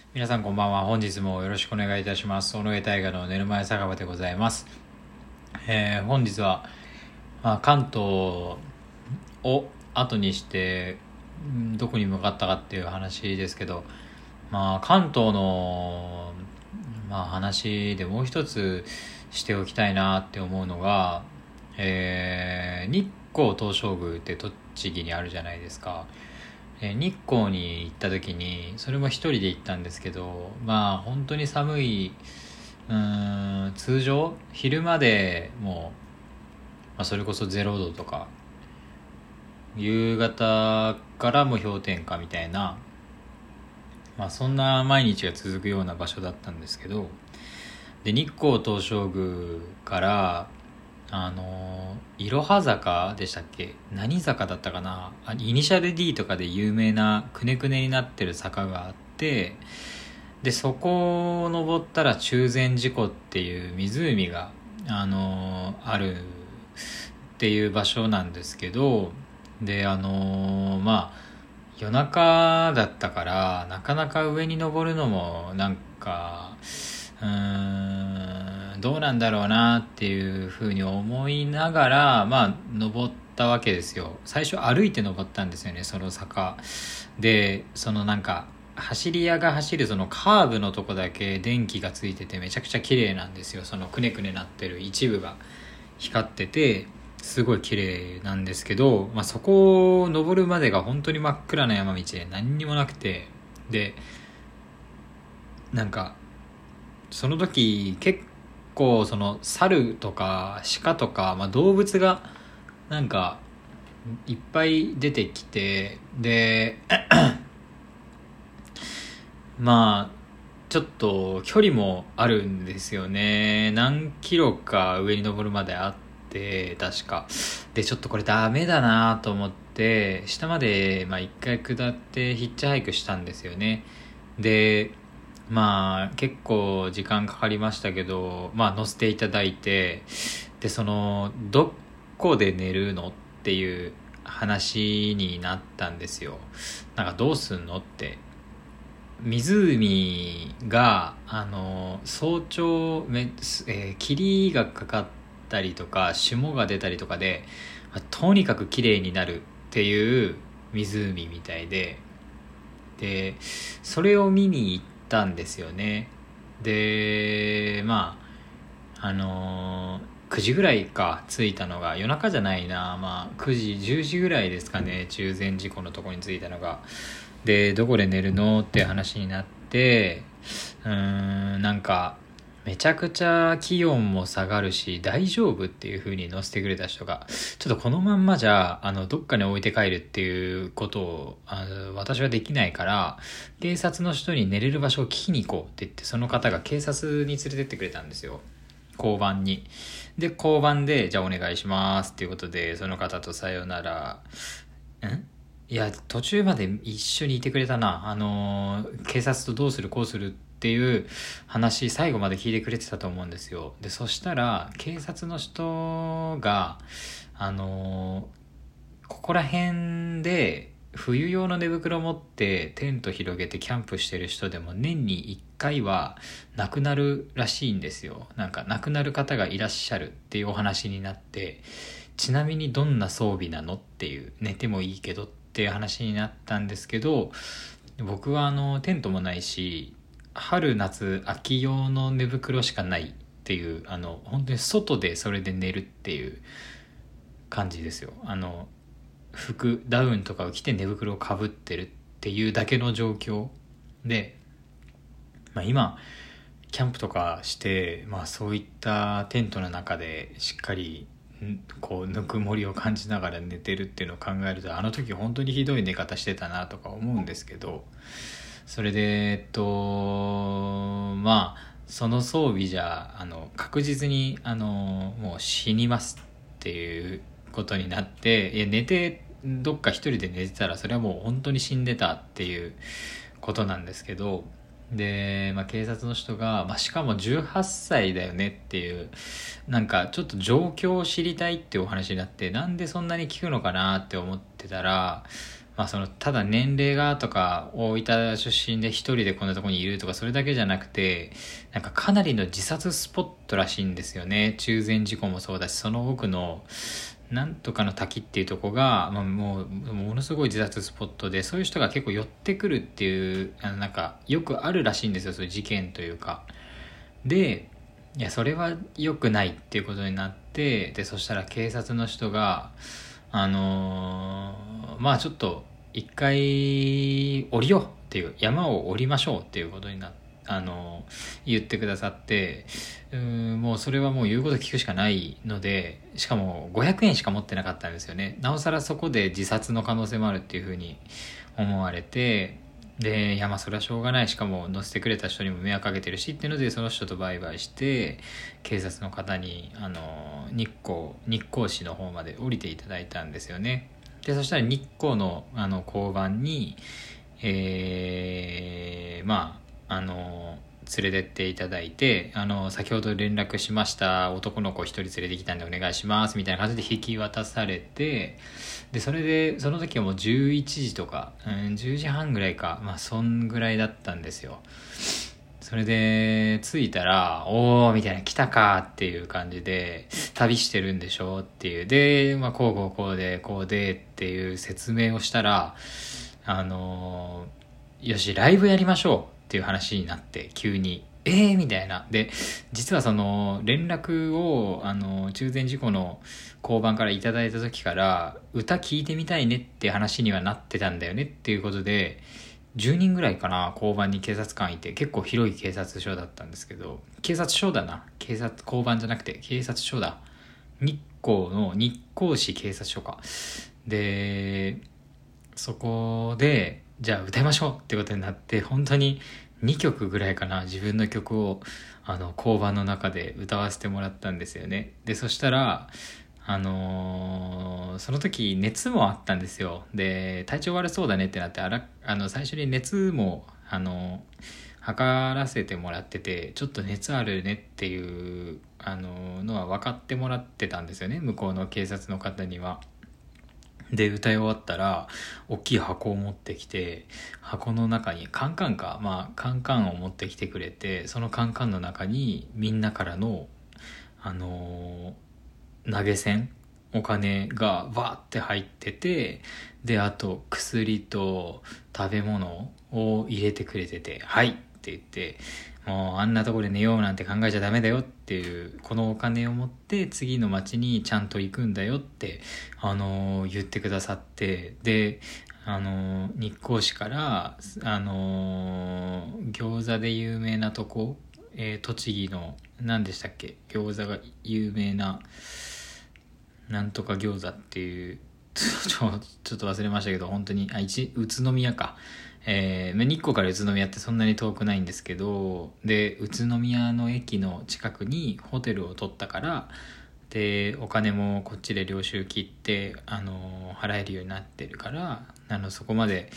皆さんこんばんは。本日もよろしくお願いいたします。尾上大河の寝る前酒場でございます。本日は、関東を後にしてどこに向かったかっていう話ですけど、関東の、話でもう一つしておきたいなって思うのが、日光東照宮って栃木にあるじゃないですか。日光に行った時にそれも一人で行ったんですけど、本当に寒い。通常昼までもう、それこそ0度とか、夕方からも氷点下みたいな、そんな毎日が続くような場所だったんですけど、で日光東照宮からいろは坂でしたっけ、何坂だったかな、イニシャル D とかで有名なくねくねになってる坂があって、でそこを登ったら中禅寺湖っていう湖があるっていう場所なんですけど、で夜中だったからなかなか上に登るのもなんかどうなんだろうなっていうふうに思いながら登ったわけですよ。最初歩いて登ったんですよね、その坂で。その走り屋が走るそのカーブのとこだけ電気がついててめちゃくちゃ綺麗なんですよ。そのくねくねなってる一部が光っててすごい綺麗なんですけど、そこを登るまでが本当に真っ暗な山道で何にもなくて、でその時結構その猿とか鹿とか、動物がいっぱい出てきて、でちょっと距離もあるんですよね。何キロか上に登るまであって、確かでちょっとこれダメだなと思って下まで一回下ってヒッチハイクしたんですよね。で結構時間かかりましたけど、乗せていただいて、でどこで寝るのっていう話になったんですよ。どうすんのって。湖が早朝霧がかかったりとか霜が出たりとかで、とにかく綺麗になるっていう湖みたいで、それを見に行ったんですよね。で9時ぐらいか着いたのが。夜中じゃないな、9時10時ぐらいですかね、中禅寺湖のとこに着いたのが。でどこで寝るのって話になって、めちゃくちゃ気温も下がるし大丈夫っていう風に乗せてくれた人が、ちょっとこのまんまじゃどっかに置いて帰るっていうことを私はできないから、警察の人に寝れる場所を聞きに行こうって言って、その方が警察に連れてってくれたんですよ、交番に。で交番でじゃあお願いしますっていうことで、その方とさよなら。いや途中まで一緒にいてくれたな。警察とどうするこうするっていう話最後まで聞いてくれてたと思うんですよ。でそしたら警察の人がここら辺で冬用の寝袋を持ってテント広げてキャンプしてる人でも年に1回は亡くなるらしいんですよ。亡くなる方がいらっしゃるっていうお話になって、ちなみにどんな装備なのっていう、寝てもいいけどっていう話になったんですけど、僕はテントもないし春夏秋用の寝袋しかないっていう、本当に外でそれで寝るっていう感じですよ。服ダウンとかを着て寝袋をかぶってるっていうだけの状況で、今キャンプとかして、そういったテントの中でしっかりこうぬくもりを感じながら寝てるっていうのを考えると、あの時本当にひどい寝方してたなとか思うんですけど、それでその装備じゃ確実にもう死にますっていうことになって、いや寝てどっか一人で寝てたらそれはもう本当に死んでたっていうことなんですけど、で、警察の人が、しかも18歳だよねっていう、ちょっと状況を知りたいっていうお話になって、なんでそんなに聞くのかなって思ってたら、 そのただ年齢がとか大分出身で一人でこんなとこにいるとかそれだけじゃなくて、なんかかなりの自殺スポットらしいんですよね。中禅寺湖もそうだし、その奥のなんとかの滝っていうとこが、もうものすごい自殺スポットで、そういう人が結構寄ってくるっていう、なんかよくあるらしいんですよ、そういう事件というか。で、いやそれは良くないっていうことになって、でそしたら警察の人がちょっと一回降りようっていう、山を降りましょうっていうことになって、言ってくださって、もうそれはもう言うこと聞くしかないので、しかも500円しか持ってなかったんですよね。なおさらそこで自殺の可能性もあるっていうふうに思われて、で、いやそれはしょうがない、しかも乗せてくれた人にも迷惑かけてるしっていうので、その人とバイバイして警察の方に日光市の方まで降りていただいたんですよね。でそしたら日光の交番に連れてっていただいて、先ほど連絡しました男の子一人連れてきたんでお願いしますみたいな感じで引き渡されて、でそれでその時はもう11時とか、10時半ぐらいか、そんぐらいだったんですよ。それで着いたら、おーみたいな、来たかっていう感じで、旅してるんでしょっていう、でこうでっていう説明をしたら、よしライブやりましょうっていう話になって、急にみたいな。で実はその連絡を中禅寺湖の交番からいただいた時から、歌聴いてみたいねって話にはなってたんだよねっていうことで、10人ぐらいかな、交番に警察官いて、結構広い警察署だったんですけど、警察署だな、交番じゃなくて警察署だ、日光の日光市警察署か。でそこでじゃあ歌いましょうってことになって、本当に2曲ぐらいかな、自分の曲を交番の中で歌わせてもらったんですよね。でそしたらその時熱もあったんですよ。で体調悪そうだねってなって、最初に熱も測らせてもらってて、ちょっと熱あるねっていうのは分かってもらってたんですよね、向こうの警察の方には。で歌い終わったら大きい箱を持ってきて、箱の中にカンカンを持ってきてくれて、そのカンカンの中にみんなからの投げ銭お金がバーって入ってて、であと薬と食べ物を入れてくれてて、はいって言って、もうあんなところで寝ようなんて考えちゃダメだよっていう、このお金を持って次の町にちゃんと行くんだよって言ってくださって、で日光市から餃子で有名なとこ、栃木の何でしたっけ、餃子が有名ななんとか餃子っていうちょっと忘れましたけど、本当に宇都宮か、日光から宇都宮ってそんなに遠くないんですけど、で宇都宮の駅の近くにホテルを取ったから、でお金もこっちで領収切って払えるようになってるから、そこまで、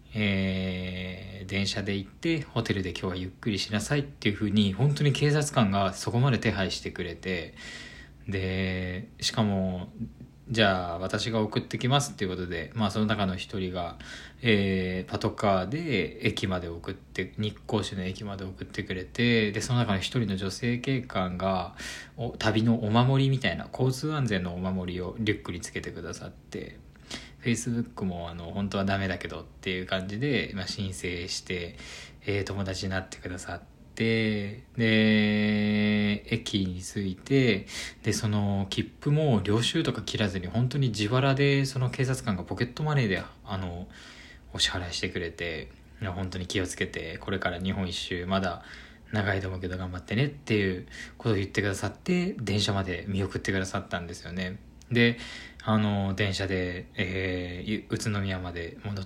電車で行ってホテルで今日はゆっくりしなさいっていう風に、本当に警察官がそこまで手配してくれて、でしかもじゃあ私が送ってきますっていうことで、その中の一人が、パトカーで駅まで送って、日光市の駅まで送ってくれて、でその中の一人の女性警官が旅のお守りみたいな、交通安全のお守りをリュックにつけてくださって、Facebook も本当はダメだけどっていう感じで、申請して、友達になってくださって、で駅に着いて、でその切符も領収とか切らずに、本当に自腹でその警察官がポケットマネーでお支払いしてくれて、本当に気をつけてこれから日本一周まだ長いと思うけど頑張ってねっていうことを言ってくださって、電車まで見送ってくださったんですよね。で電車で、宇都宮まで戻って、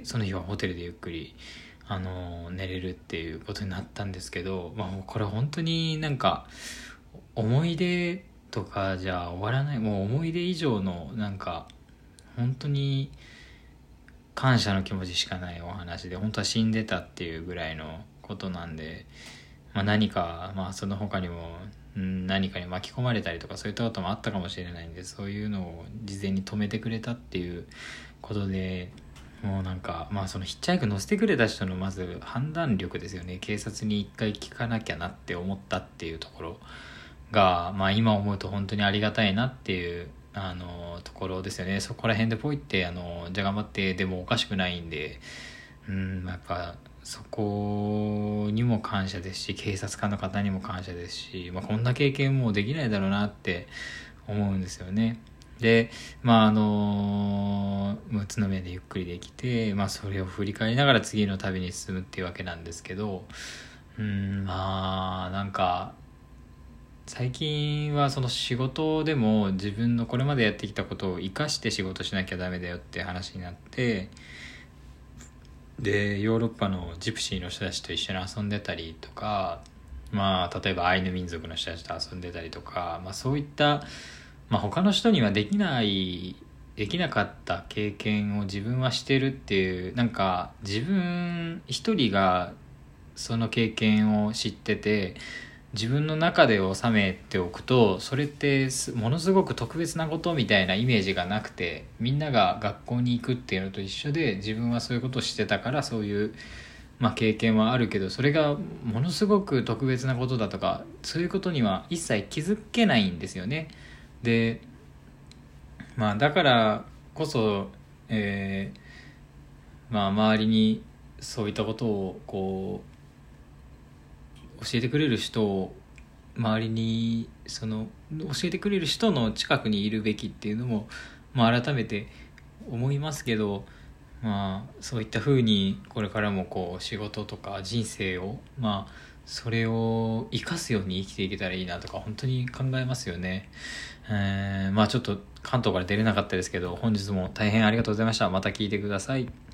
その日はホテルでゆっくり寝れるっていうことになったんですけど、これ本当になんか思い出とかじゃ終わらない、もう思い出以上のなんか本当に感謝の気持ちしかないお話で、本当は死んでたっていうぐらいのことなんで、何かその他にも何かに巻き込まれたりとかそういったこともあったかもしれないんで、そういうのを事前に止めてくれたっていうことで、 もうなんかそのヒッチハイク乗せてくれた人のまず判断力ですよね。警察に一回聞かなきゃなって思ったっていうところが、今思うと本当にありがたいなっていうところですよね。そこら辺でポイってじゃあ頑張ってでもおかしくないんで、やっぱそこにも感謝ですし、警察官の方にも感謝ですし、こんな経験もうできないだろうなって思うんですよね。で宇都宮でゆっくりできて、それを振り返りながら次の旅に進むっていうわけなんですけど、なんか最近はその仕事でも自分のこれまでやってきたことを生かして仕事しなきゃダメだよって話になって、でヨーロッパのジプシーの人たちと一緒に遊んでたりとか、例えばアイヌ民族の人たちと遊んでたりとか、そういった、他の人にはできなかった経験を自分はしてるっていう、なんか自分一人がその経験を知ってて自分の中で収めておくと、それってものすごく特別なことみたいなイメージがなくて、みんなが学校に行くっていうのと一緒で、自分はそういうことをしてたからそういう、経験はあるけど、それがものすごく特別なことだとかそういうことには一切気づけないんですよね。でだからこそ、周りにそういったことをこう教えてくれる人を周りに教えてくれる人の近くにいるべきっていうのも、改めて思いますけど、そういった風にこれからもこう仕事とか人生をそれを生かすように生きていけたらいいなとか本当に考えますよね。ちょっと関東から出れなかったですけど、本日も大変ありがとうございました。また聞いてください。